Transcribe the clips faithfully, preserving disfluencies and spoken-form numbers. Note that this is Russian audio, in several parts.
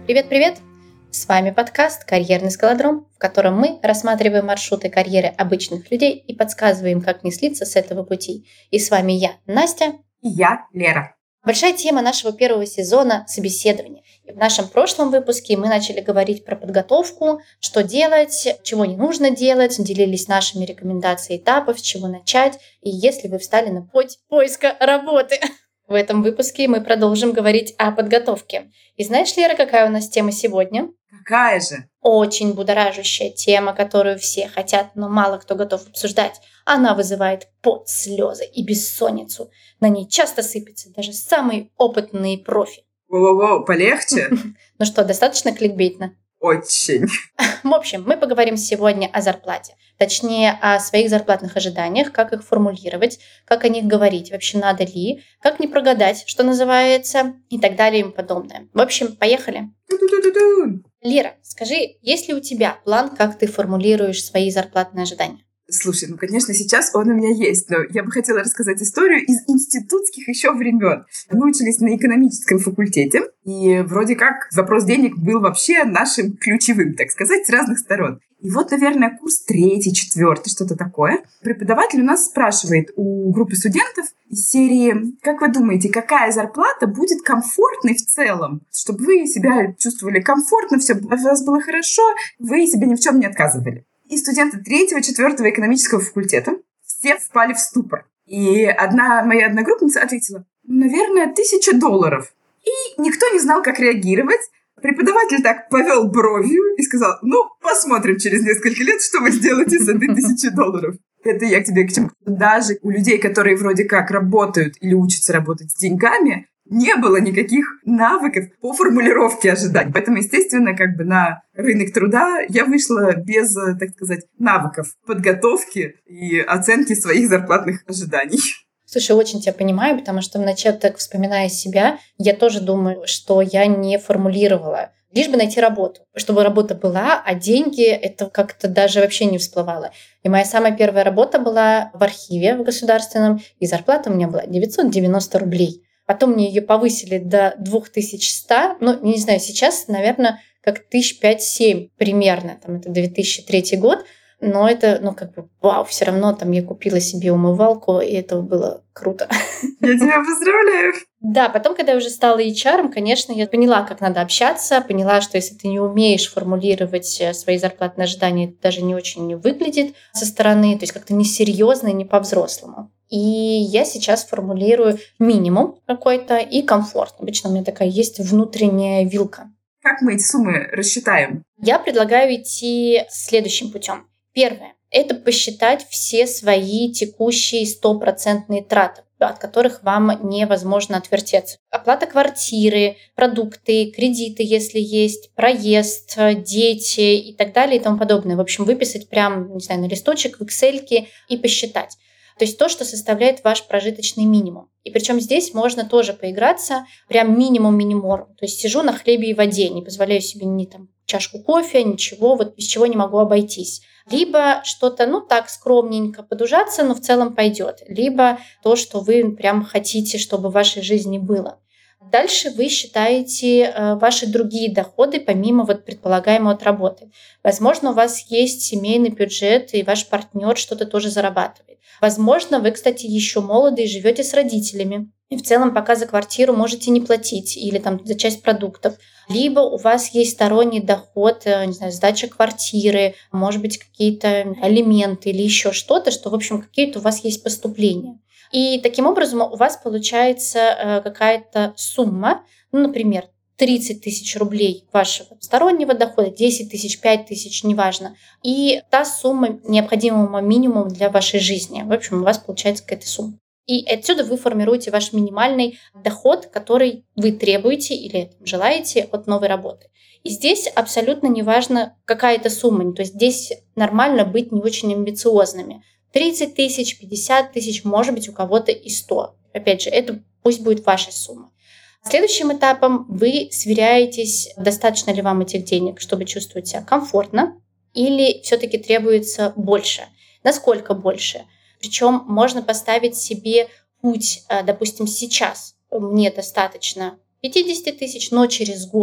Привет-привет! С вами подкаст «Карьерный скалодром», в котором мы рассматриваем маршруты карьеры обычных людей и подсказываем, как не слиться с этого пути. И с вами я, Настя. И я, Лера. Большая тема нашего первого сезона – собеседование. И в нашем прошлом выпуске мы начали говорить про подготовку, что делать, чего не нужно делать, делились нашими рекомендациями этапов, с чего начать, и если вы встали на путь поиска работы. В этом выпуске мы продолжим говорить о подготовке. И знаешь, Лера, какая у нас тема сегодня? Какая же? Очень будоражащая тема, которую все хотят, но мало кто готов обсуждать. Она вызывает пот, слезы и бессонницу. На ней часто сыпятся даже самые опытные профи. Воу-воу-воу, полегче? Ну что, достаточно кликбейтно? Очень. В общем, мы поговорим сегодня о зарплате. Точнее, о своих зарплатных ожиданиях, как их формулировать, как о них говорить, вообще надо ли, как не прогадать, что называется, и так далее и тому подобное. В общем, поехали. Ту-ту-ту-ту-ту. Лера, скажи, есть ли у тебя план, как ты формулируешь свои зарплатные ожидания? Слушай, ну, конечно, сейчас он у меня есть, но я бы хотела рассказать историю из институтских еще времен. Мы учились на экономическом факультете, и вроде как вопрос денег был вообще нашим ключевым, так сказать, с разных сторон. И вот, наверное, курс третий, четвертый, что-то такое. Преподаватель у нас спрашивает у группы студентов из серии: как вы думаете, какая зарплата будет комфортной в целом, чтобы вы себя чувствовали комфортно, все у вас было хорошо, вы себе ни в чем не отказывали? И студенты третьего, четвертого экономического факультета все впали в ступор. И одна моя одногруппница ответила: наверное, тысяча долларов. И никто не знал, как реагировать. Преподаватель так повел бровью и сказал: ну, посмотрим через несколько лет, что вы сделаете с этой тысячей долларов. Это я к тебе к чему. Даже у людей, которые вроде как работают или учатся работать с деньгами, не было никаких навыков по формулировке ожиданий. Поэтому, естественно, как бы на рынок труда я вышла без, так сказать, навыков подготовки и оценки своих зарплатных ожиданий. Слушай, очень тебя понимаю, потому что вначале, так вспоминая себя, я тоже думаю, что я не формулировала. Лишь бы найти работу, чтобы работа была, а деньги это как-то даже вообще не всплывало. И моя самая первая работа была в архиве в государственном, и зарплата у меня была девятьсот девяносто рублей. Потом мне ее повысили до две тысячи сто, ну, не знаю, сейчас, наверное, как тысяч пять-семь примерно, там это две тысячи третий год, но это, ну, как бы, вау, все равно там я купила себе умывалку, и это было круто. Я тебя поздравляю! Да, потом, когда я уже стала эйч ар, конечно, я поняла, как надо общаться, поняла, что если ты не умеешь формулировать свои зарплатные ожидания, это даже не очень выглядит со стороны, то есть как-то несерьезно и не по-взрослому. И я сейчас формулирую минимум какой-то и комфорт. Обычно у меня такая есть внутренняя вилка. Как мы эти суммы рассчитаем? Я предлагаю идти следующим путем. Первое – это посчитать все свои текущие стопроцентные траты, от которых вам невозможно отвертеться. Оплата квартиры, продукты, кредиты, если есть, проезд, дети и так далее и тому подобное. В общем, выписать прям, не знаю, на листочек в Excel и посчитать. То есть то, что составляет ваш прожиточный минимум. И причем здесь можно тоже поиграться прям минимум-минимум. То есть сижу на хлебе и воде, не позволяю себе ни там чашку кофе, ничего, вот без чего не могу обойтись. Либо что-то, ну так, скромненько подужаться, но в целом пойдет. Либо то, что вы прям хотите, чтобы в вашей жизни было. Дальше вы считаете э, ваши другие доходы, помимо вот предполагаемого от работы. Возможно, у вас есть семейный бюджет, и ваш партнер что-то тоже зарабатывает. Возможно, вы, кстати, еще молоды и живете с родителями. И в целом пока за квартиру можете не платить или там за часть продуктов. Либо у вас есть сторонний доход, не знаю, сдача квартиры, может быть, какие-то алименты или еще что-то, что, в общем, какие-то у вас есть поступления. И таким образом у вас получается какая-то сумма, ну, например, тридцать тысяч рублей вашего стороннего дохода, десять тысяч, пять тысяч, неважно. И та сумма необходимого минимума для вашей жизни. В общем, у вас получается какая-то сумма. И отсюда вы формируете ваш минимальный доход, который вы требуете или желаете от новой работы. И здесь абсолютно неважно, какая это сумма. То есть здесь нормально быть не очень амбициозными. тридцать тысяч, пятьдесят тысяч, может быть, у кого-то и сто. Опять же, это пусть будет ваша сумма. Следующим этапом вы сверяетесь, достаточно ли вам этих денег, чтобы чувствовать себя комфортно, или все-таки требуется больше. Насколько больше? Причем можно поставить себе путь, допустим, сейчас мне достаточно пятьдесят тысяч, но через год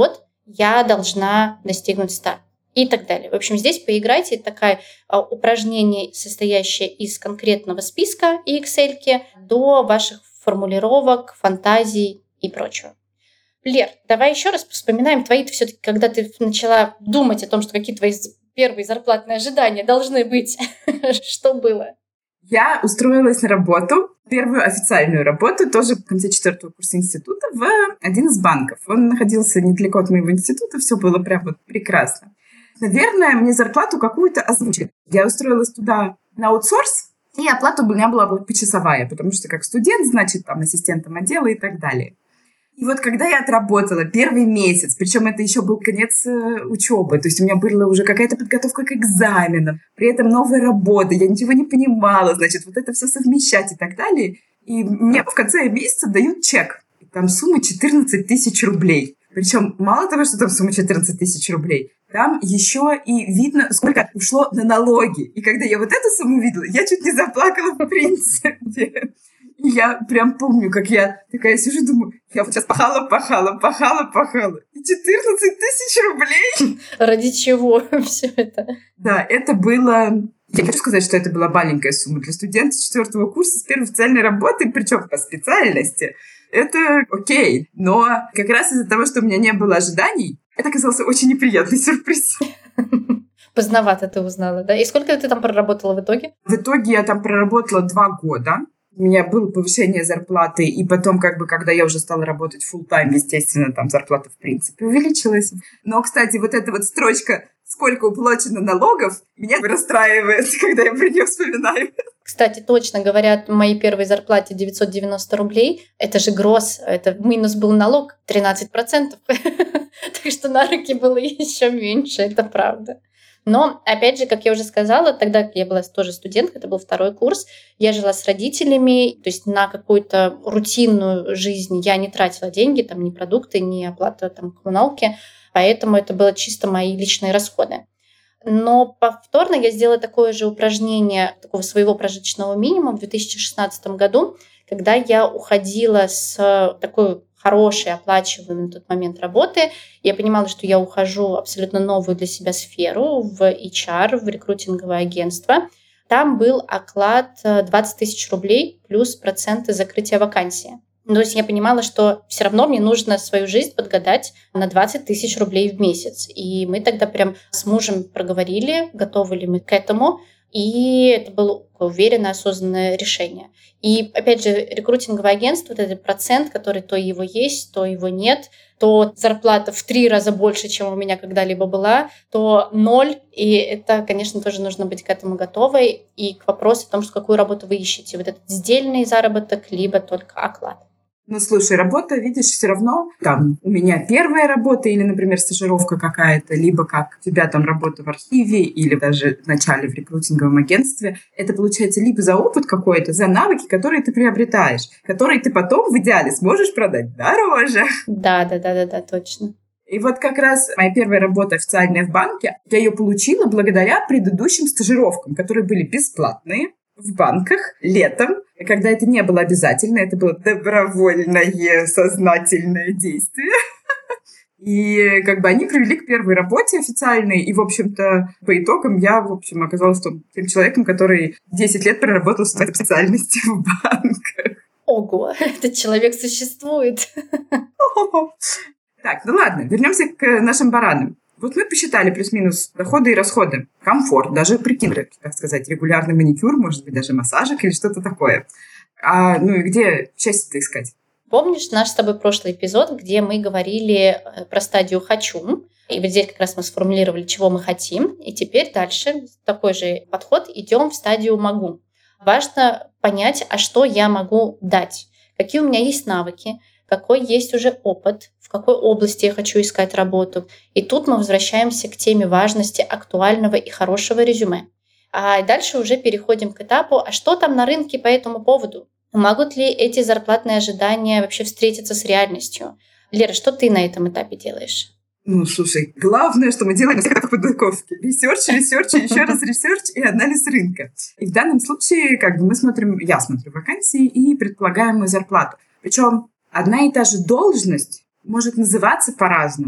я должна достигнуть ста. И так далее. В общем, здесь поиграйте. Это такое упражнение, состоящее из конкретного списка и Excel-ки до ваших формулировок, фантазий и прочего. Лер, давай еще раз вспоминаем твои, все-таки, когда ты начала думать о том, что какие твои первые зарплатные ожидания должны быть. Что было? Я устроилась на работу, первую официальную работу, тоже в конце четвертого курса института, в один из банков. Он находился недалеко от моего института, все было прям вот прекрасно. Наверное, мне зарплату какую-то озвучили. Я устроилась туда на аутсорс, и оплата у меня была почасовая, потому что как студент, значит, там ассистентом отдела и так далее. И вот когда я отработала первый месяц, причем это еще был конец учебы, то есть у меня была уже какая-то подготовка к экзаменам, при этом новая работа, я ничего не понимала, значит, вот это все совмещать и так далее. И мне в конце месяца дают чек, и там сумма четырнадцать тысяч рублей. Причем мало того, что там сумма четырнадцать тысяч рублей, там еще и видно, сколько ушло на налоги. И когда я вот эту сумму видела, я чуть не заплакала в принципе. И я прям помню, как я такая сижу, думаю, я вот сейчас пахала, пахала, пахала, пахала. И четырнадцать тысяч рублей. Ради чего все это? Да, это было... Я хочу сказать, что это была маленькая сумма для студента четвертого курса с первой официальной работы, причем по специальности. Это окей. Но как раз из-за того, что у меня не было ожиданий, это оказался очень неприятный сюрприз. Поздновато ты узнала, да? И сколько ты там проработала в итоге? В итоге я там проработала два года. У меня было повышение зарплаты, и потом, как бы, когда я уже стала работать фулл-тайм, естественно, там зарплата, в принципе, увеличилась. Но, кстати, вот эта вот строчка «Сколько уплачено налогов» меня расстраивает, когда я про нее вспоминаю. Кстати, точно говорят, в моей первой зарплате девятьсот девяносто рублей. Это же гроз, это минус был налог тринадцать процентов. Так что на руки было еще меньше, это правда. Но, опять же, как я уже сказала, тогда я была тоже студенткой, это был второй курс, я жила с родителями, то есть на какую-то рутинную жизнь я не тратила деньги, там ни продукты, ни оплата там, коммуналки, поэтому это было чисто мои личные расходы. Но повторно я сделала такое же упражнение, такого своего прожиточного минимума в две тысячи шестнадцатом году, когда я уходила с такой хорошей, оплачиваемой на тот момент работы. Я понимала, что я ухожу в абсолютно новую для себя сферу, в эйч ар, в рекрутинговое агентство. Там был оклад двадцать тысяч рублей плюс проценты закрытия вакансии. То есть я понимала, что все равно мне нужно свою жизнь подгадать на двадцать тысяч рублей в месяц. И мы тогда прям с мужем проговорили, готовы ли мы к этому. И это было уверенное, осознанное решение. И, опять же, рекрутинговое агентство, вот этот процент, который то его есть, то его нет, то зарплата в три раза больше, чем у меня когда-либо была, то ноль. И это, конечно, тоже нужно быть к этому готовой. И к вопросу о том, что какую работу вы ищете. Вот этот сдельный заработок, либо только оклад. Ну, слушай, работа, видишь, все равно там у меня первая работа или, например, стажировка какая-то, либо как у тебя там работа в архиве или даже в начале в рекрутинговом агентстве. Это получается либо за опыт какой-то, за навыки, которые ты приобретаешь, которые ты потом в идеале сможешь продать дороже. Да, да, да, да, да, точно. И вот как раз моя первая работа официальная в банке, я ее получила благодаря предыдущим стажировкам, которые были бесплатные в банках летом, когда это не было обязательно, это было добровольное сознательное действие. И как бы они привели к первой работе официальной, и, в общем-то, по итогам я, в общем, оказалась тем человеком, который десять лет проработал в этой специальности в банках. Ого, этот человек существует. Так, ну ладно, вернемся к нашим баранам. Вот мы посчитали плюс-минус доходы и расходы. Комфорт, даже прикинули, так сказать, регулярный маникюр, может быть, даже массажик или что-то такое. А, ну и где счастье-то искать? Помнишь наш с тобой прошлый эпизод, где мы говорили про стадию «хочу», и вот здесь как раз мы сформулировали, чего мы хотим, и теперь дальше такой же подход, идем в стадию «могу». Важно понять, а что я могу дать, какие у меня есть навыки, какой есть уже опыт, в какой области я хочу искать работу. И тут мы возвращаемся к теме важности актуального и хорошего резюме. А дальше уже переходим к этапу, а что там на рынке по этому поводу? Могут ли эти зарплатные ожидания вообще встретиться с реальностью? Лера, что ты на этом этапе делаешь? Ну, слушай, главное, что мы делаем на всех подготовке. Ресерч, ресерч, еще раз ресерч и анализ рынка. И в данном случае, как бы мы смотрим, я смотрю вакансии и предполагаемую зарплату. Причем одна и та же должность может называться по-разному.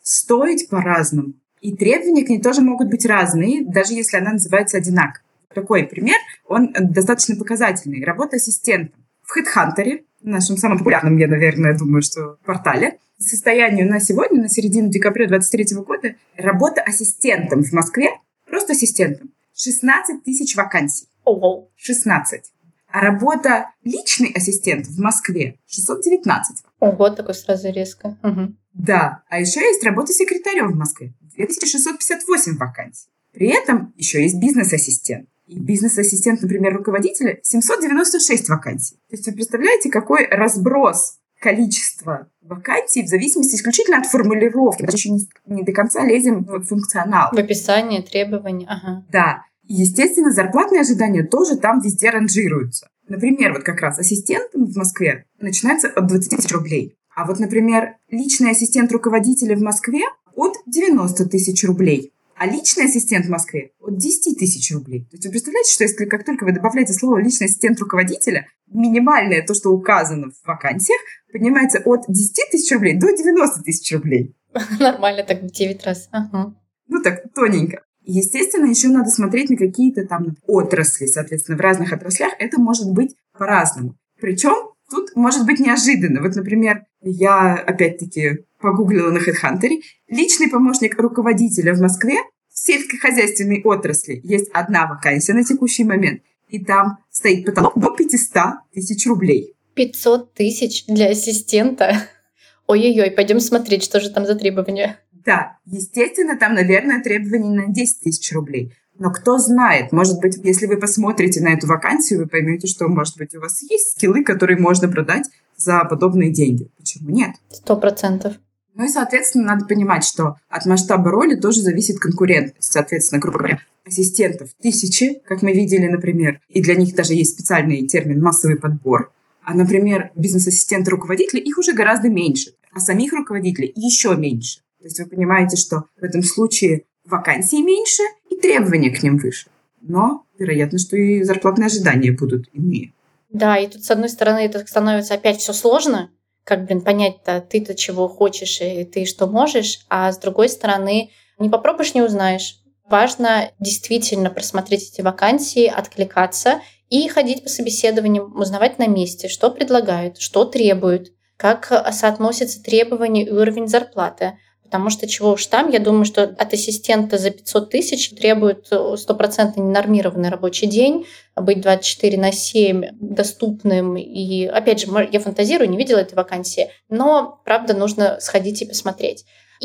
стоить по-разному. И требования к ней тоже могут быть разные, даже если она называется одинаково. Такой пример, он достаточно показательный. Работа ассистентом. В HeadHunter, нашем самом популярном, я, наверное, думаю, что портале, по состоянию на сегодня, на середину декабря двадцать третьего года, работа ассистентом в Москве, просто ассистентом, шестнадцать тысяч вакансий. Ого. шестнадцать. А работа личный ассистент в Москве шестьсот девятнадцать. Ого, такой сразу резко. Угу. Да, а еще есть работа секретарем в Москве. две тысячи шестьсот пятьдесят восемь вакансий. При этом еще есть бизнес-ассистент. И бизнес-ассистент, например, руководителя, семьсот девяносто шесть вакансий. То есть вы представляете, какой разброс количества вакансий в зависимости исключительно от формулировки. Мы еще не, не до конца лезем в функционал. В описание, требования. Ага. Да. И, естественно, зарплатные ожидания тоже там везде ранжируются. Например, вот как раз ассистент в Москве начинается от двадцать тысяч рублей. А вот, например, личный ассистент руководителя в Москве от девяносто тысяч рублей. А личный ассистент в Москве от десять тысяч рублей. То есть вы представляете, что если как только вы добавляете слово «личный ассистент руководителя», минимальное то, что указано в вакансиях, поднимается от десяти тысяч рублей до девяноста тысяч рублей. Нормально так в девять раз. Ага. Ну так, тоненько. Естественно, еще надо смотреть на какие-то там отрасли. Соответственно, в разных отраслях это может быть по-разному. Причем тут может быть неожиданно. Вот, например, я опять-таки погуглила на HeadHunter. Личный помощник руководителя в Москве в сельскохозяйственной отрасли есть одна вакансия на текущий момент. И там стоит потолок до пятьсот тысяч рублей. пятьсот тысяч для ассистента? Ой-ой-ой, пойдем смотреть, что же там за требования. Да, естественно, там, наверное, требования на десять тысяч рублей. Но кто знает, может быть, если вы посмотрите на эту вакансию, вы поймете, что, может быть, у вас есть скиллы, которые можно продать за подобные деньги. Почему нет? Сто процентов. Ну и, соответственно, надо понимать, что от масштаба роли тоже зависит конкурентность. Соответственно, грубо говоря, ассистентов тысячи, как мы видели, например, и для них даже есть специальный термин «массовый подбор». А, например, бизнес-ассистенты руководителей, их уже гораздо меньше, а самих руководителей еще меньше. То есть вы понимаете, что в этом случае вакансий меньше и требования к ним выше. Но вероятно, что и зарплатные ожидания будут иные. Да, и тут, с одной стороны, это становится опять все сложно. Как, блин, понять-то, ты-то чего хочешь и ты что можешь, а с другой стороны, не попробуешь, не узнаешь. Важно действительно просмотреть эти вакансии, откликаться и ходить по собеседованиям, узнавать на месте, что предлагают, что требуют, как соотносятся требования и уровень зарплаты. Потому что чего уж там, я думаю, что от ассистента за пятьсот тысяч требует стопроцентно ненормированный рабочий день, быть двадцать четыре на семь доступным. И, опять же, я фантазирую, не видела этой вакансии, но, правда, нужно сходить и посмотреть.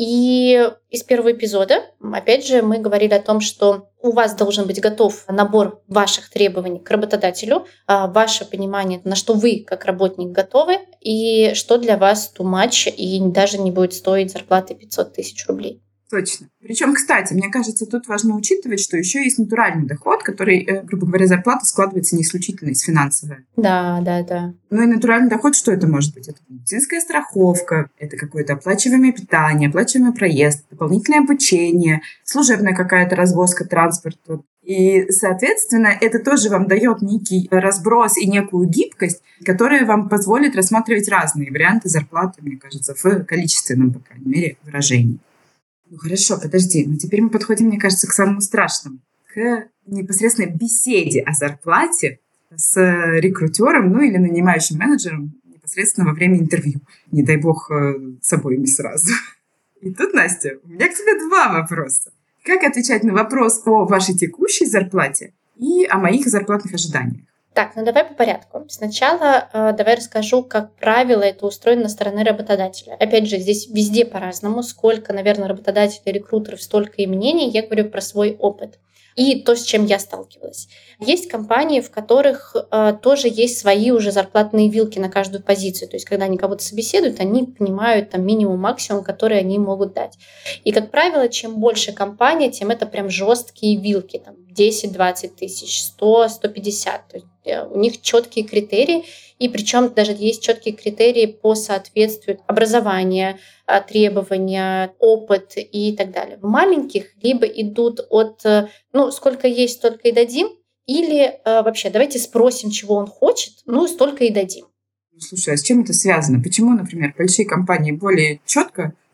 И из первого эпизода, опять же, мы говорили о том, что у вас должен быть готов набор ваших требований к работодателю, ваше понимание, на что вы, как работник, готовы, и что для вас too much, и даже не будет стоить зарплаты пятьсот тысяч рублей. Точно. Причем, кстати, мне кажется, тут важно учитывать, что еще есть натуральный доход, который, грубо говоря, зарплата складывается не исключительно из финансового. Да, да, да. Ну и натуральный доход, что это может быть? Это медицинская страховка, это какое-то оплачиваемое питание, оплачиваемый проезд, дополнительное обучение, служебная какая-то развозка транспорта. И, соответственно, это тоже вам дает некий разброс и некую гибкость, которая вам позволит рассматривать разные варианты зарплаты, мне кажется, в количественном, по крайней мере, выражении. Ну хорошо, подожди, но теперь мы подходим, мне кажется, к самому страшному, к непосредственной беседе о зарплате с рекрутером, ну или нанимающим менеджером непосредственно во время интервью. Не дай бог с обоими сразу. И тут, Настя, у меня к тебе два вопроса. Как отвечать на вопрос о вашей текущей зарплате и о моих зарплатных ожиданиях? Так, ну давай по порядку. Сначала э, давай расскажу, как правило это устроено со стороны работодателя. Опять же, здесь везде по-разному. Сколько, наверное, работодателей, рекрутеров, столько и мнений. Я говорю про свой опыт. И то, с чем я сталкивалась. Есть компании, в которых э, тоже есть свои уже зарплатные вилки на каждую позицию. То есть, когда они кого-то собеседуют, они понимают там минимум, максимум, который они могут дать. И, как правило, чем больше компания, тем это прям жесткие вилки. Там десять-двадцать тысяч, сто, сто пятьдесят. То есть, э, у них четкие критерии. И причем даже есть четкие критерии по соответствию образования, требования, опыт и так далее. В маленьких либо идут от, ну, сколько есть, столько и дадим, или вообще давайте спросим, чего он хочет, ну, столько и дадим. Слушай, а с чем это связано? Почему, например, большие компании более четко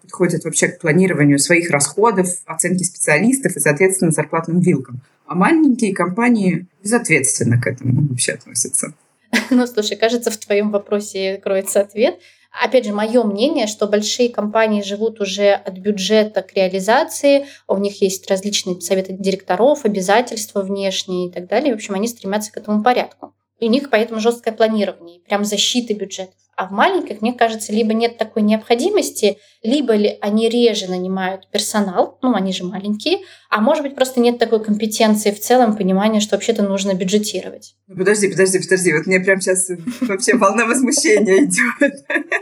подходят вообще к планированию своих расходов, оценке специалистов и, соответственно, зарплатным вилкам. А маленькие компании безответственно к этому вообще относятся. Ну, слушай, кажется, в твоем вопросе кроется ответ. Опять же, мое мнение, что большие компании живут уже от бюджета к реализации, у них есть различные советы директоров, обязательства внешние и так далее. В общем, они стремятся к этому порядку. И у них поэтому жесткое планирование, прям защиты бюджетов. А в маленьких, мне кажется, либо нет такой необходимости, либо ли они реже нанимают персонал, ну, они же маленькие, а может быть, просто нет такой компетенции в целом, понимания, что вообще-то нужно бюджетировать. Подожди, подожди, подожди. Вот мне прям сейчас вообще волна возмущения идет.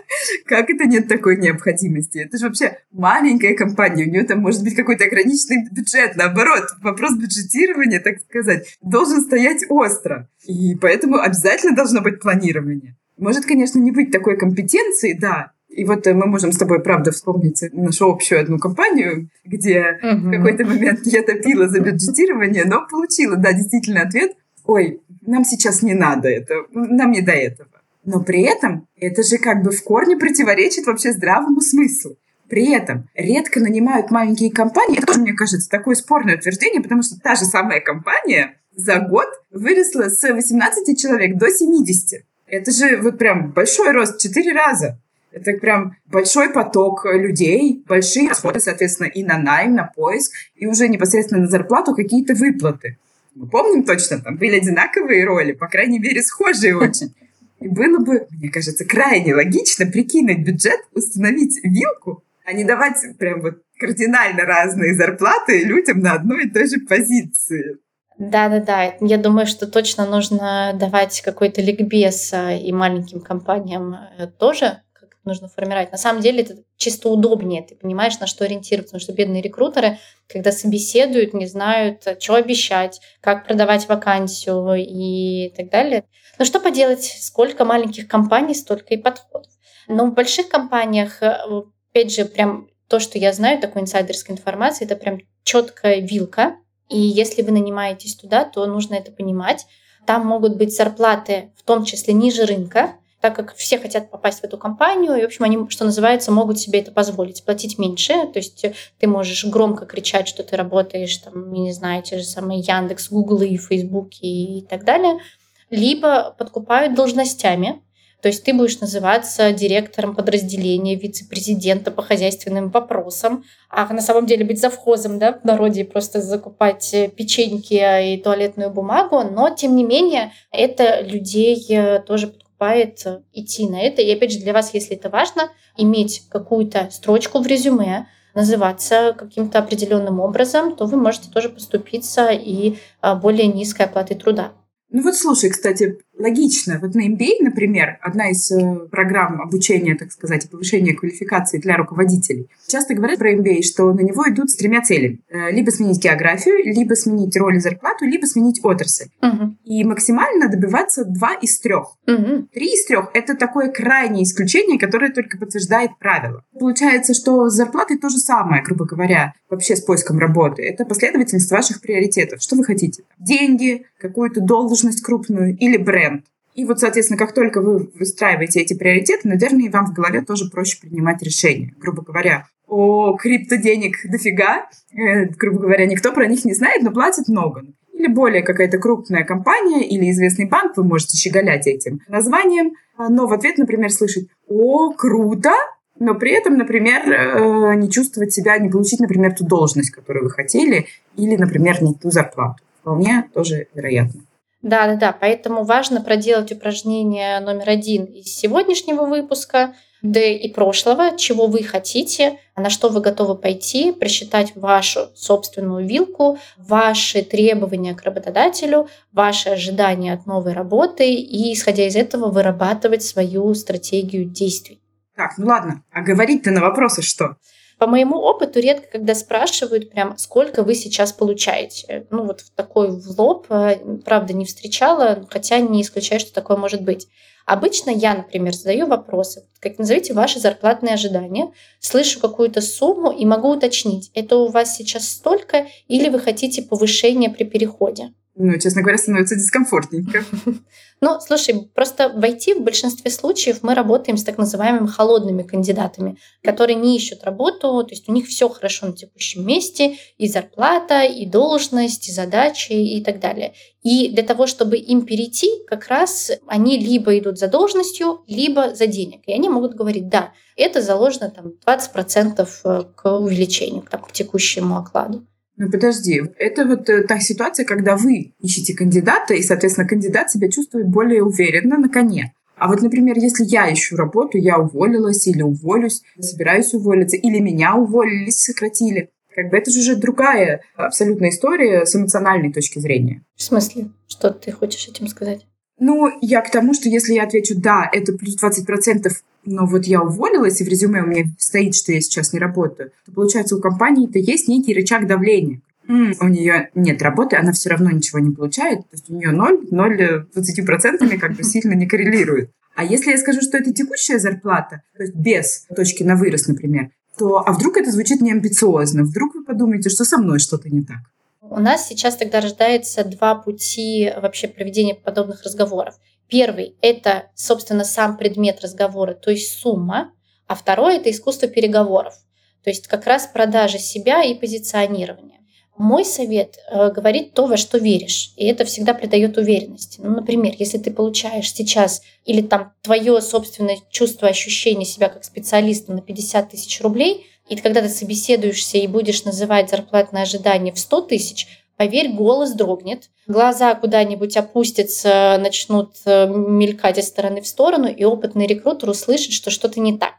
Как это нет такой необходимости? Это же вообще маленькая компания, у нее там может быть какой-то ограниченный бюджет. Наоборот, вопрос бюджетирования, так сказать, должен стоять остро. И поэтому обязательно должно быть планирование. Может, конечно, не быть такой компетенции, да. И вот мы можем с тобой, правда, вспомнить нашу общую одну компанию, где uh-huh. в какой-то момент я топила за бюджетирование, но получила, да, действительно ответ: ой, нам сейчас не надо это, нам не до этого. Но при этом это же как бы в корне противоречит вообще здравому смыслу. При этом редко нанимают маленькие компании. Это тоже, мне кажется, такое спорное утверждение, потому что та же самая компания за год выросла с восемнадцати человек до семидесяти. Это же вот прям большой рост, четыре раза. Это прям большой поток людей, большие расходы, соответственно, и на найм, на поиск, и уже непосредственно на зарплату какие-то выплаты. Мы помним точно, там были одинаковые роли, по крайней мере, схожие очень. И было бы, мне кажется, крайне логично прикинуть бюджет, установить вилку, а не давать прям вот кардинально разные зарплаты людям на одной и той же позиции. Да-да-да, я думаю, что точно нужно давать какой-то ликбез и маленьким компаниям тоже, как это нужно формировать. На самом деле это чисто удобнее, ты понимаешь, на что ориентироваться, потому что бедные рекрутеры, когда собеседуют, не знают, что обещать, как продавать вакансию и так далее. Но что поделать, сколько маленьких компаний, столько и подходов. Но в больших компаниях, опять же, прям то, что я знаю, такой инсайдерской информации, это прям четкая вилка. И если вы нанимаетесь туда, то нужно это понимать. Там могут быть зарплаты, в том числе ниже рынка, так как все хотят попасть в эту компанию, и, в общем, они, что называется, могут себе это позволить, платить меньше. То есть ты можешь громко кричать, что ты работаешь, там, я не знаю, те же самые Яндекс, Гугл, Фейсбук и так далее. Либо подкупают должностями. То есть ты будешь называться директором подразделения, вице-президента по хозяйственным вопросам, а на самом деле быть завхозом, да, в народе, просто закупать печеньки и туалетную бумагу. Но, тем не менее, это людей тоже подкупает идти на это. И опять же, для вас, если это важно, иметь какую-то строчку в резюме, называться каким-то определенным образом, то вы можете тоже поступиться и более низкой оплатой труда. Ну вот слушай, кстати, логично. Вот на эм би эй, например, одна из э, программ обучения, так сказать, и повышения квалификации для руководителей, часто говорят про эм би эй, что на него идут с тремя целями. Э, либо сменить географию, либо сменить роль и зарплату, либо сменить отрасль. Угу. И максимально добиваться два из трех. Угу. Три из трех — это такое крайнее исключение, которое только подтверждает правило. Получается, что с зарплатой то же самое, грубо говоря, вообще с поиском работы. Это последовательность ваших приоритетов. Что вы хотите? Деньги, какую-то должность крупную или бренд. И вот, соответственно, как только вы выстраиваете эти приоритеты, наверное, вам в голове тоже проще принимать решения. Грубо говоря, о, крипто денег дофига, э, грубо говоря, никто про них не знает, но платит много. Или более какая-то крупная компания или известный банк, вы можете щеголять этим названием, но в ответ, например, слышать: «О, круто!», но при этом, например, э, не чувствовать себя, не получить, например, ту должность, которую вы хотели, или, например, не ту зарплату. Вполне тоже вероятно. Да, да, да. Поэтому важно проделать упражнение номер один из сегодняшнего выпуска, да и прошлого, чего вы хотите, на что вы готовы пойти, просчитать вашу собственную вилку, ваши требования к работодателю, ваши ожидания от новой работы и, исходя из этого, вырабатывать свою стратегию действий. Так, ну ладно, а говорить-то на вопросы что? По моему опыту, редко когда спрашивают прям, сколько вы сейчас получаете. Ну вот в такой в лоб, правда, не встречала, хотя не исключаю, что такое может быть. Обычно я, например, задаю вопросы, как назовите ваши зарплатные ожидания, слышу какую-то сумму и могу уточнить, это у вас сейчас столько или вы хотите повышения при переходе. Ну, честно говоря, становится дискомфортненько. Ну, слушай, просто в ай ти в большинстве случаев мы работаем с так называемыми холодными кандидатами, которые не ищут работу, то есть у них все хорошо на текущем месте, и зарплата, и должность, и задачи, и так далее. И для того, чтобы им перейти, как раз они либо идут за должностью, либо за денег. И они могут говорить, да, это заложено там, двадцать процентов к увеличению, там, к текущему окладу. Ну, подожди, это вот э, та ситуация, когда вы ищете кандидата, и, соответственно, кандидат себя чувствует более уверенно на коне. А вот, например, если я ищу работу, я уволилась или уволюсь, собираюсь уволиться, или меня уволили, сократили, как бы это же уже другая абсолютная история с эмоциональной точки зрения. В смысле? Что ты хочешь этим сказать? Ну, я к тому, что если я отвечу «да, это плюс двадцать процентов», но вот я уволилась, и в резюме у меня стоит, что я сейчас не работаю, то, получается, у компании-то есть некий рычаг давления. М, у нее нет работы, она все равно ничего не получает, то есть у нее ноль, ноль двадцать процентами как бы сильно не коррелирует. А если я скажу, что это текущая зарплата, то есть без точки на вырос, например, то а вдруг это звучит неамбициозно, вдруг вы подумаете, что со мной что-то не так. У нас сейчас тогда рождается два пути вообще проведения подобных разговоров. Первый — это, собственно, сам предмет разговора, то есть сумма, а второй — это искусство переговоров, то есть как раз продажа себя и позиционирование. Мой совет э, — говорить то, во что веришь, и это всегда придает уверенности. Ну, например, если ты получаешь сейчас или там твое собственное чувство, ощущение себя как специалиста на пятьдесят тысяч рублей, и когда ты собеседуешься и будешь называть зарплатное ожидание в сто тысяч, поверь, голос дрогнет, глаза куда-нибудь опустятся, начнут мелькать из стороны в сторону, и опытный рекрутер услышит, что что-то не так.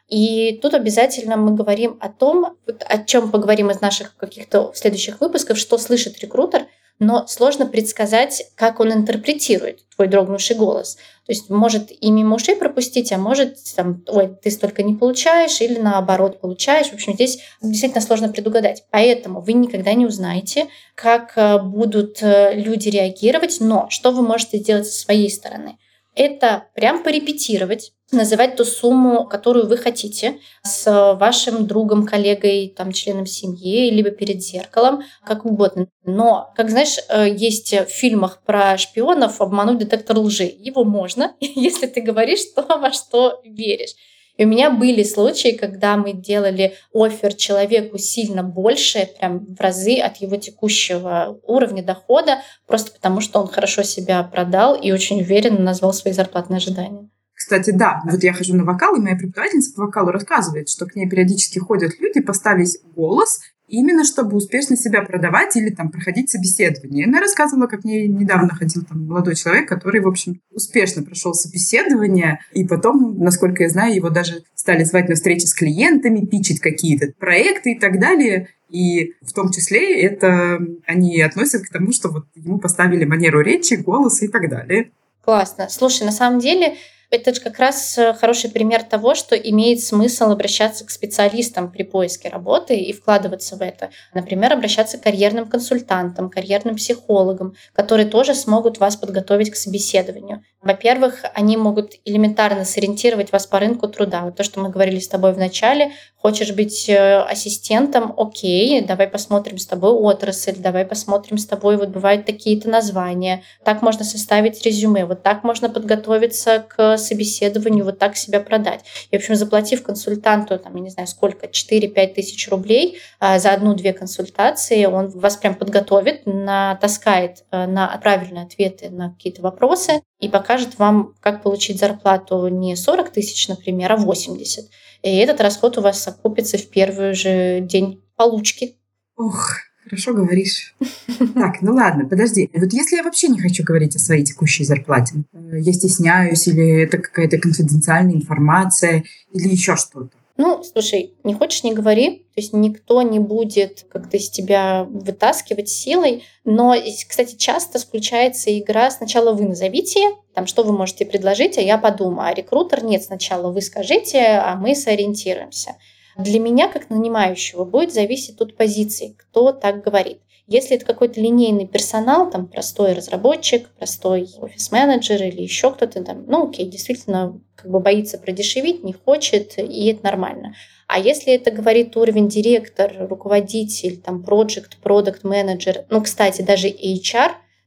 И тут обязательно мы говорим о том, о чем поговорим из наших каких-то следующих выпусков, что слышит рекрутер, но сложно предсказать, как он интерпретирует твой дрогнувший голос. То есть может и мимо ушей пропустить, а может, там, ой, ты столько не получаешь, или наоборот получаешь. В общем, здесь действительно сложно предугадать. Поэтому вы никогда не узнаете, как будут люди реагировать, но что вы можете сделать со своей стороны? Это прям порепетировать, называть ту сумму, которую вы хотите, с вашим другом, коллегой, там, членом семьи, либо перед зеркалом, как угодно. Но, как знаешь, есть в фильмах про шпионов обмануть детектор лжи. Его можно, если ты говоришь то, во что веришь. И у меня были случаи, когда мы делали оффер человеку сильно больше, прям в разы от его текущего уровня дохода, просто потому что он хорошо себя продал и очень уверенно назвал свои зарплатные ожидания. Кстати, да, вот я хожу на вокал, и моя преподавательница по вокалу рассказывает, что к ней периодически ходят люди поставить голос, именно чтобы успешно себя продавать или там проходить собеседование. Она рассказывала, как к ней недавно ходил там молодой человек, который, в общем, успешно прошел собеседование, и потом, насколько я знаю, его даже стали звать на встречи с клиентами, питчить какие-то проекты и так далее. И в том числе это они относят к тому, что вот ему поставили манеру речи, голос и так далее. Классно. Слушай, на самом деле это же как раз хороший пример того, что имеет смысл обращаться к специалистам при поиске работы и вкладываться в это. Например, обращаться к карьерным консультантам, карьерным психологам, которые тоже смогут вас подготовить к собеседованию. Во-первых, они могут элементарно сориентировать вас по рынку труда. Вот то, что мы говорили с тобой в начале. Хочешь быть ассистентом? Окей, давай посмотрим с тобой отрасль, давай посмотрим с тобой, вот бывают такие-то названия. Так можно составить резюме, вот так можно подготовиться к собеседованию, вот так себя продать. И, в общем, заплатив консультанту, там, я не знаю, сколько, четыре-пять тысяч рублей а, за одну-две консультации, он вас прям подготовит, натаскает на правильные ответы на какие-то вопросы и покажет вам, как получить зарплату не сорок тысяч, например, а восемьдесят. И этот расход у вас окупится в первый же день получки. Ох, хорошо говоришь. Так, ну ладно, подожди. Вот если я вообще не хочу говорить о своей текущей зарплате, я стесняюсь, или это какая-то конфиденциальная информация, или еще что-то? Ну, слушай, не хочешь — не говори. То есть никто не будет как-то из тебя вытаскивать силой. Но, кстати, часто включается игра: сначала вы назовите, там, что вы можете предложить, а я подумаю. А рекрутер: нет, сначала вы скажите, а мы сориентируемся. Для меня, как нанимающего, будет зависеть от позиции, кто так говорит. Если это какой-то линейный персонал, там простой разработчик, простой офис-менеджер или еще кто-то, там, ну окей, действительно как бы боится продешевить, не хочет, и это нормально. А если это говорит уровень директор, руководитель, там, project, product менеджер, ну, кстати, даже эйч ар,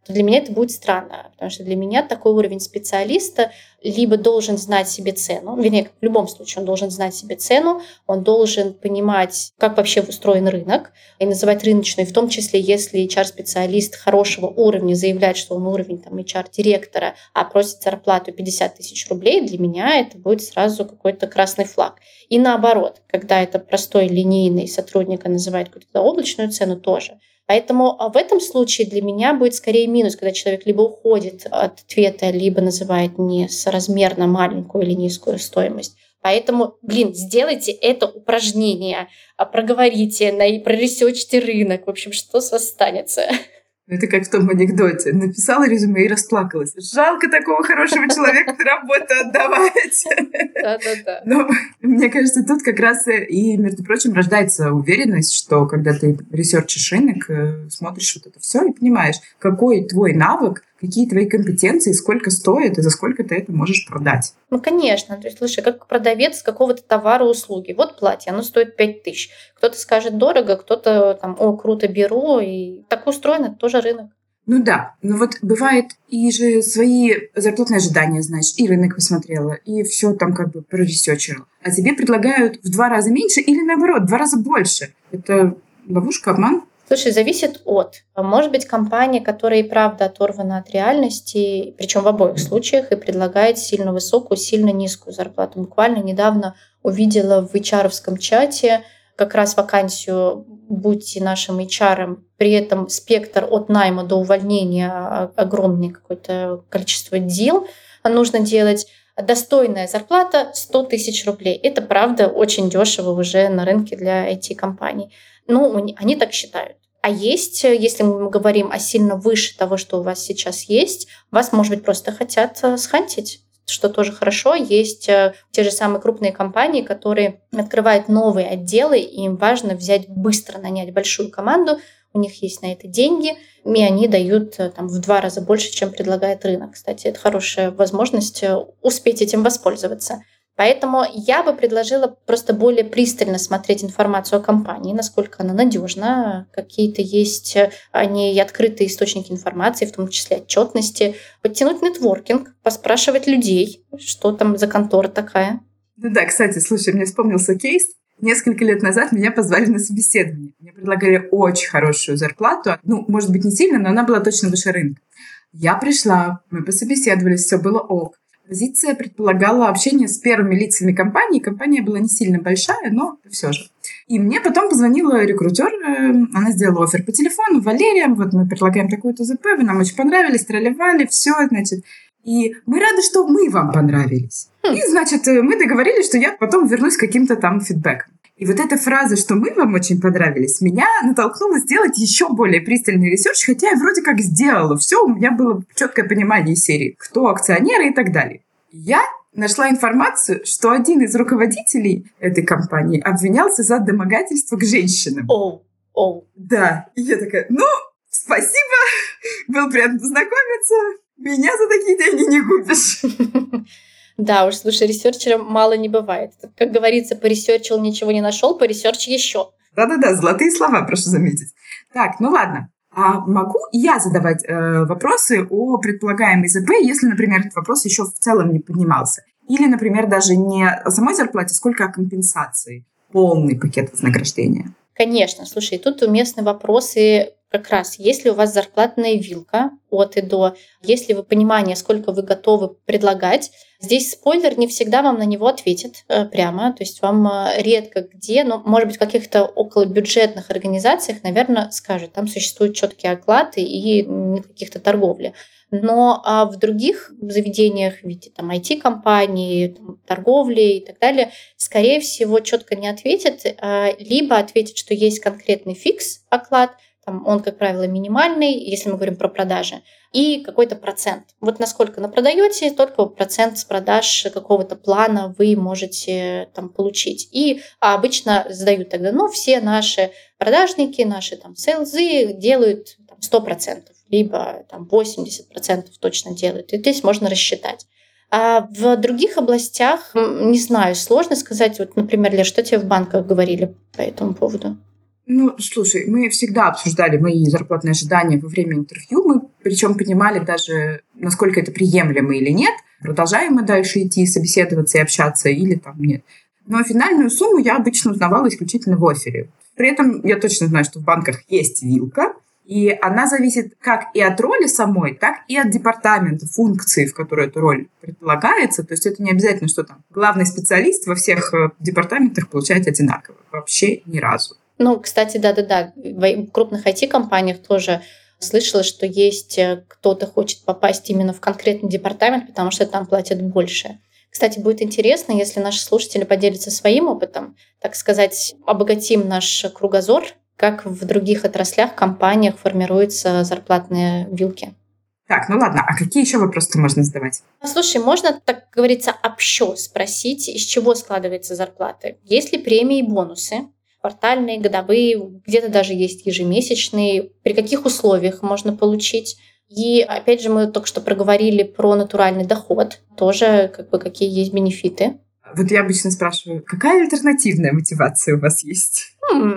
то для меня это будет странно, потому что для меня такой уровень специалиста либо должен знать себе цену, вернее, в любом случае он должен знать себе цену, он должен понимать, как вообще устроен рынок, и называть рыночную, в том числе, если эйч ар-специалист хорошего уровня заявляет, что он уровень там, эйч ар-директора, а просит зарплату пятьдесят тысяч рублей, для меня это будет сразу какой-то красный флаг. И наоборот, когда это простой линейный сотрудник, а называет какую-то облачную цену, тоже. Поэтому в этом случае для меня будет скорее минус, когда человек либо уходит от ответа, либо называет несоразмерно маленькую или низкую стоимость. Поэтому, блин, сделайте это упражнение, проговорите, проресерчьте рынок. В общем, что с вас останется? Это как в том анекдоте. Написала резюме и расплакалась. Жалко такого хорошего человека на работу отдавать. Да-да-да. Но мне кажется, тут как раз и, между прочим, рождается уверенность, что когда ты ресерчишь рынок, смотришь вот это все и понимаешь, какой твой навык, какие твои компетенции, сколько стоит и за сколько ты это можешь продать. Ну, конечно. То есть, слушай, как продавец какого-то товара, услуги. Вот платье, оно стоит пять тысяч. Кто-то скажет дорого, кто-то там, о, круто беру. И так устроен, это тоже рынок. Ну да, но вот бывает и же свои зарплатные ожидания, знаешь, и рынок посмотрела, и все там как бы проресерчила. А тебе предлагают в два раза меньше или наоборот, в два раза больше. Это ловушка, обман? Слушай, зависит от. Может быть, компания, которая и правда оторвана от реальности, причем в обоих случаях, и предлагает сильно высокую, сильно низкую зарплату. Буквально недавно увидела в эйч ар-овском чате как раз вакансию «Будьте нашим эйч ар», при этом спектр от найма до увольнения огромное какое-то количество дел нужно делать. Достойная зарплата сто тысяч рублей. Это, правда, очень дешево уже на рынке для ай ти-компаний. Ну, они так считают. А есть, если мы говорим о сильно выше того, что у вас сейчас есть, вас, может быть, просто хотят схантить, что тоже хорошо. Есть те же самые крупные компании, которые открывают новые отделы, и им важно взять быстро, нанять большую команду, у них есть на это деньги, и они дают там, в два раза больше, чем предлагает рынок. Кстати, это хорошая возможность успеть этим воспользоваться. Поэтому я бы предложила просто более пристально смотреть информацию о компании, насколько она надежна, какие-то есть они открытые источники информации, в том числе отчетности, подтянуть нетворкинг, поспрашивать людей, что там за контора такая. Ну да, кстати, слушай, мне вспомнился кейс. Несколько лет назад меня позвали на собеседование. Мне предлагали очень хорошую зарплату. Ну, может быть, не сильно, но она была точно выше рынка. Я пришла, мы пособеседовались, все было ок. Позиция предполагала общение с первыми лицами компании. Компания была не сильно большая, но все же. И мне потом позвонила рекрутер. Она сделала оффер по телефону. Валерия, вот мы предлагаем такую-то ЗП, вы нам очень понравились, тролливали, все, значит. И мы рады, что мы вам понравились. И, значит, мы договорились, что я потом вернусь с каким-то там фидбэком. И вот эта фраза, что мы вам очень понравились, меня натолкнула сделать еще более пристальный ресерч, хотя я вроде как сделала. Все, у меня было четкое понимание серии, кто акционеры и так далее. Я нашла информацию, что один из руководителей этой компании обвинялся за домогательство к женщинам. Оу, оу. Да, и я такая, ну, спасибо, было приятно познакомиться, меня за такие деньги не купишь. Да уж, слушай, ресерчером мало не бывает. Как говорится, поресерчил, ничего не нашел, поресерчи еще. Да-да-да, золотые слова, прошу заметить. Так, ну ладно. А могу я задавать э, вопросы о предполагаемой ЗП, если, например, этот вопрос еще в целом не поднимался? Или, например, даже не о самой зарплате, сколько о компенсации? Полный пакет вознаграждения. Конечно. Слушай, тут уместны вопросы как раз, если у вас зарплатная вилка от и до, есть ли вы понимание, сколько вы готовы предлагать. Здесь спойлер, не всегда вам на него ответит э, прямо, то есть вам э, редко где, но, может быть, в каких-то околобюджетных организациях, наверное, скажут, там существуют четкие оклады и нет каких-то торговли. Но а в других заведениях, в виде там, ай ти-компаний, там, торговли и так далее, скорее всего, четко не ответят, а, либо ответят, что есть конкретный фикс оклад, там, он, как правило, минимальный, если мы говорим про продажи, и какой-то процент. Вот насколько напродаете, только процент с продаж какого-то плана вы можете там, получить. И обычно задают тогда, ну, все наши продажники, наши там, сейлзы делают там, сто процентов, либо там, восемьдесят процентов точно делают. И здесь можно рассчитать. А в других областях, не знаю, сложно сказать. Вот, например, Лер, что тебе в банках говорили по этому поводу? Ну, слушай, мы всегда обсуждали мои зарплатные ожидания во время интервью. Мы причем понимали даже, насколько это приемлемо или нет, продолжаем мы дальше идти, собеседоваться и общаться или там нет. Но финальную сумму я обычно узнавала исключительно в оффере. При этом я точно знаю, что в банках есть вилка, и она зависит как и от роли самой, так и от департамента, функции, в которой эта роль предполагается. То есть это не обязательно, что там главный специалист во всех департаментах получает одинаково. Вообще ни разу. Ну, кстати, да-да-да. В крупных ай ти-компаниях тоже слышала, что есть кто-то хочет попасть именно в конкретный департамент, потому что там платят больше. Кстати, будет интересно, если наши слушатели поделятся своим опытом, так сказать, обогатим наш кругозор, как в других отраслях, компаниях формируются зарплатные вилки. Так, ну ладно, а какие еще вопросы можно задавать? Слушай, можно, так говорится, общо спросить, из чего складывается зарплата? Есть ли премии и бонусы? Квартальные, годовые, где-то даже есть ежемесячные. При каких условиях можно получить? И опять же, мы только что проговорили про натуральный доход. Тоже как бы какие есть бенефиты. Вот я обычно спрашиваю, какая альтернативная мотивация у вас есть?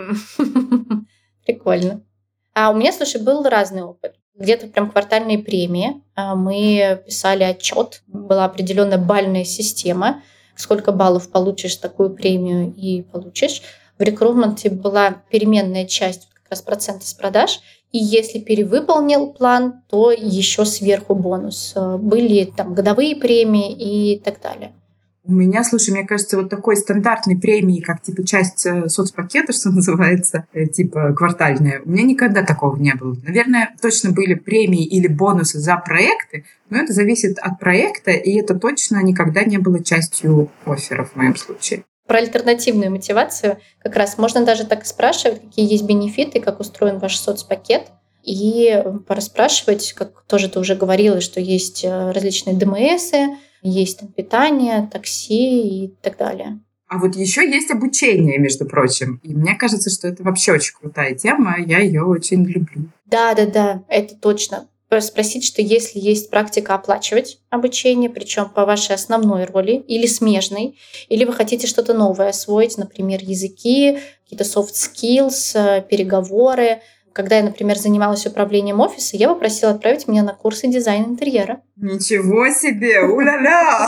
Прикольно. А у меня, слушай, был разный опыт. Где-то прям квартальные премии. Мы писали отчет, была определенная бальная система. Сколько баллов получишь, такую премию и получишь. В рекрутменте была переменная часть, как раз проценты с продаж. И если перевыполнил план, то еще сверху бонус. Были там годовые премии и так далее. У меня, слушай, мне кажется, вот такой стандартной премии, как типа часть соцпакета, что называется, типа квартальная, у меня никогда такого не было. Наверное, точно были премии или бонусы за проекты, но это зависит от проекта, и это точно никогда не было частью оффера в моем случае. Про альтернативную мотивацию как раз можно даже так спрашивать, какие есть бенефиты, как устроен ваш соцпакет, и порасспрашивать, как тоже ты уже говорила, что есть различные ДМСы, есть там питание, такси и так далее. А вот еще есть обучение, между прочим. И мне кажется, что это вообще очень крутая тема, я ее очень люблю. Да-да-да, это точно. Спросить, что если есть практика оплачивать обучение, причем по вашей основной роли или смежной, или вы хотите что-то новое освоить, например, языки, какие-то soft skills, переговоры. Когда я, например, занималась управлением офиса, я попросила отправить меня на курсы дизайна интерьера. Ничего себе! У-ля-ля!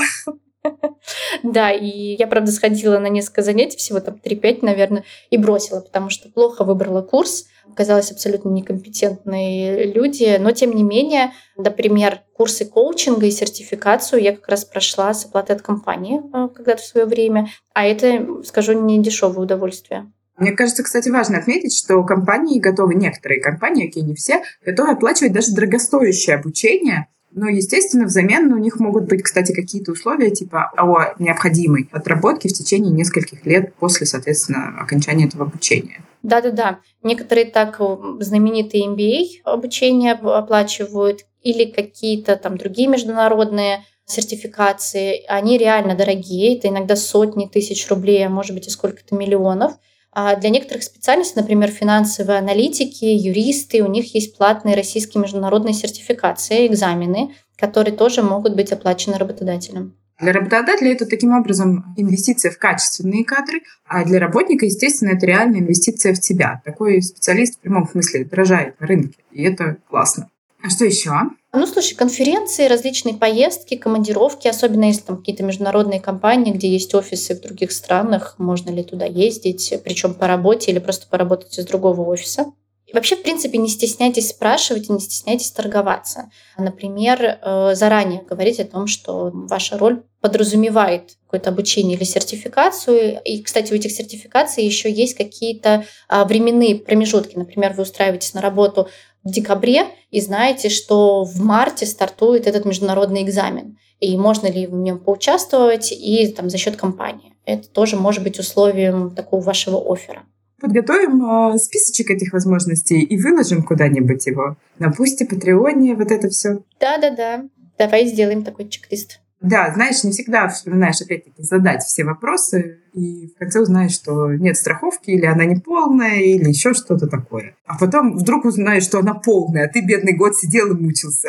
Да, и я, правда, сходила на несколько занятий, всего там три-пять, наверное, и бросила, потому что плохо выбрала курс. Оказалось, абсолютно некомпетентные люди. Но, тем не менее, например, курсы коучинга и сертификацию я как раз прошла с оплатой от компании когда-то в свое время. А это, скажу, не дешевое удовольствие. Мне кажется, кстати, важно отметить, что компании готовы, некоторые компании, окей, не все, готовы оплачивать даже дорогостоящее обучение. Но, естественно, взамен у них могут быть, кстати, какие-то условия типа о необходимой отработке в течение нескольких лет после, соответственно, окончания этого обучения. Да-да-да. Некоторые так знаменитые эм би эй обучение оплачивают или какие-то там другие международные сертификации. Они реально дорогие. Это иногда сотни тысяч рублей, а может быть и сколько-то миллионов. А для некоторых специальностей, например, финансовые аналитики, юристы, у них есть платные российские международные сертификации, экзамены, которые тоже могут быть оплачены работодателем. Для работодателя это таким образом инвестиция в качественные кадры, а для работника, естественно, это реальная инвестиция в тебя. Такой специалист в прямом смысле дорожает на рынке, и это классно. А что еще? Ну, слушай, конференции, различные поездки, командировки, особенно если там какие-то международные компании, где есть офисы в других странах, можно ли туда ездить, причем по работе или просто поработать из другого офиса. И вообще, в принципе, не стесняйтесь спрашивать и не стесняйтесь торговаться. Например, заранее говорить о том, что ваша роль подразумевает какое-то обучение или сертификацию. И, кстати, у этих сертификаций еще есть какие-то временные промежутки. Например, вы устраиваетесь на работу в декабре и знаете, что в марте стартует этот международный экзамен. И можно ли в нем поучаствовать и там, за счет компании. Это тоже может быть условием такого вашего оффера. Подготовим э, списочек этих возможностей и выложим куда-нибудь его. На Бусти, Патреоне, вот это все. Да-да-да. Давай сделаем такой чек-лист. Да, знаешь, не всегда вспоминаешь, опять-таки, задать все вопросы, и в конце узнаешь, что нет страховки, или она не полная, или еще что-то такое. А потом вдруг узнаешь, что она полная, а ты, бедный, год сидел и мучился.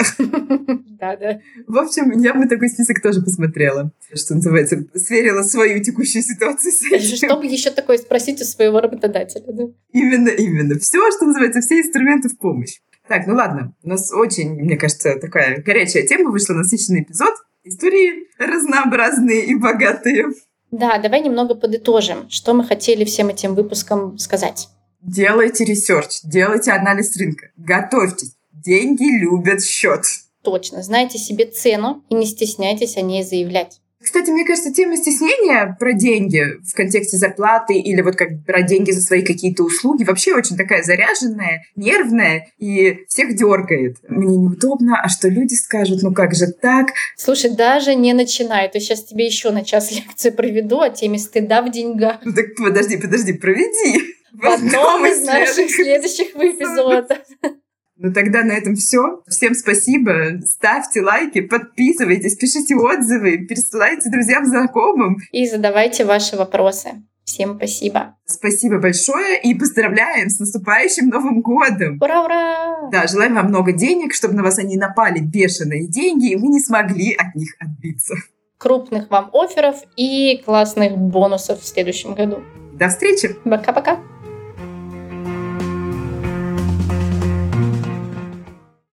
Да-да. В общем, я бы такой список тоже посмотрела. Что называется, сверила свою текущую ситуацию с этим. Чтобы еще такое спросить у своего работодателя. Да? Именно, именно. Все, что называется, все инструменты в помощь. Так, ну ладно, у нас очень, мне кажется, такая горячая тема вышла, насыщенный эпизод. Истории разнообразные и богатые. Да, давай немного подытожим, что мы хотели всем этим выпуском сказать. Делайте ресерч, делайте анализ рынка, готовьтесь. Деньги любят счет. Точно, знайте себе цену и не стесняйтесь о ней заявлять. Кстати, мне кажется, тема стеснения про деньги в контексте зарплаты или вот как про деньги за свои какие-то услуги вообще очень такая заряженная, нервная и всех дергает. Мне неудобно, а что люди скажут, ну как же так? Слушай, даже не начинай, то сейчас тебе еще на час лекцию проведу о теме стыда в деньгах. Ну так подожди, подожди, проведи. В одном из наших следующих эпизодов. Ну тогда на этом все. Всем спасибо. Ставьте лайки, подписывайтесь, пишите отзывы, пересылайте друзьям, знакомым. И задавайте ваши вопросы. Всем спасибо. Спасибо большое и поздравляем с наступающим Новым годом. Ура, ура! Да, желаем вам много денег, чтобы на вас они напали бешеные деньги, и вы не смогли от них отбиться. Крупных вам офферов и классных бонусов в следующем году. До встречи! Пока-пока!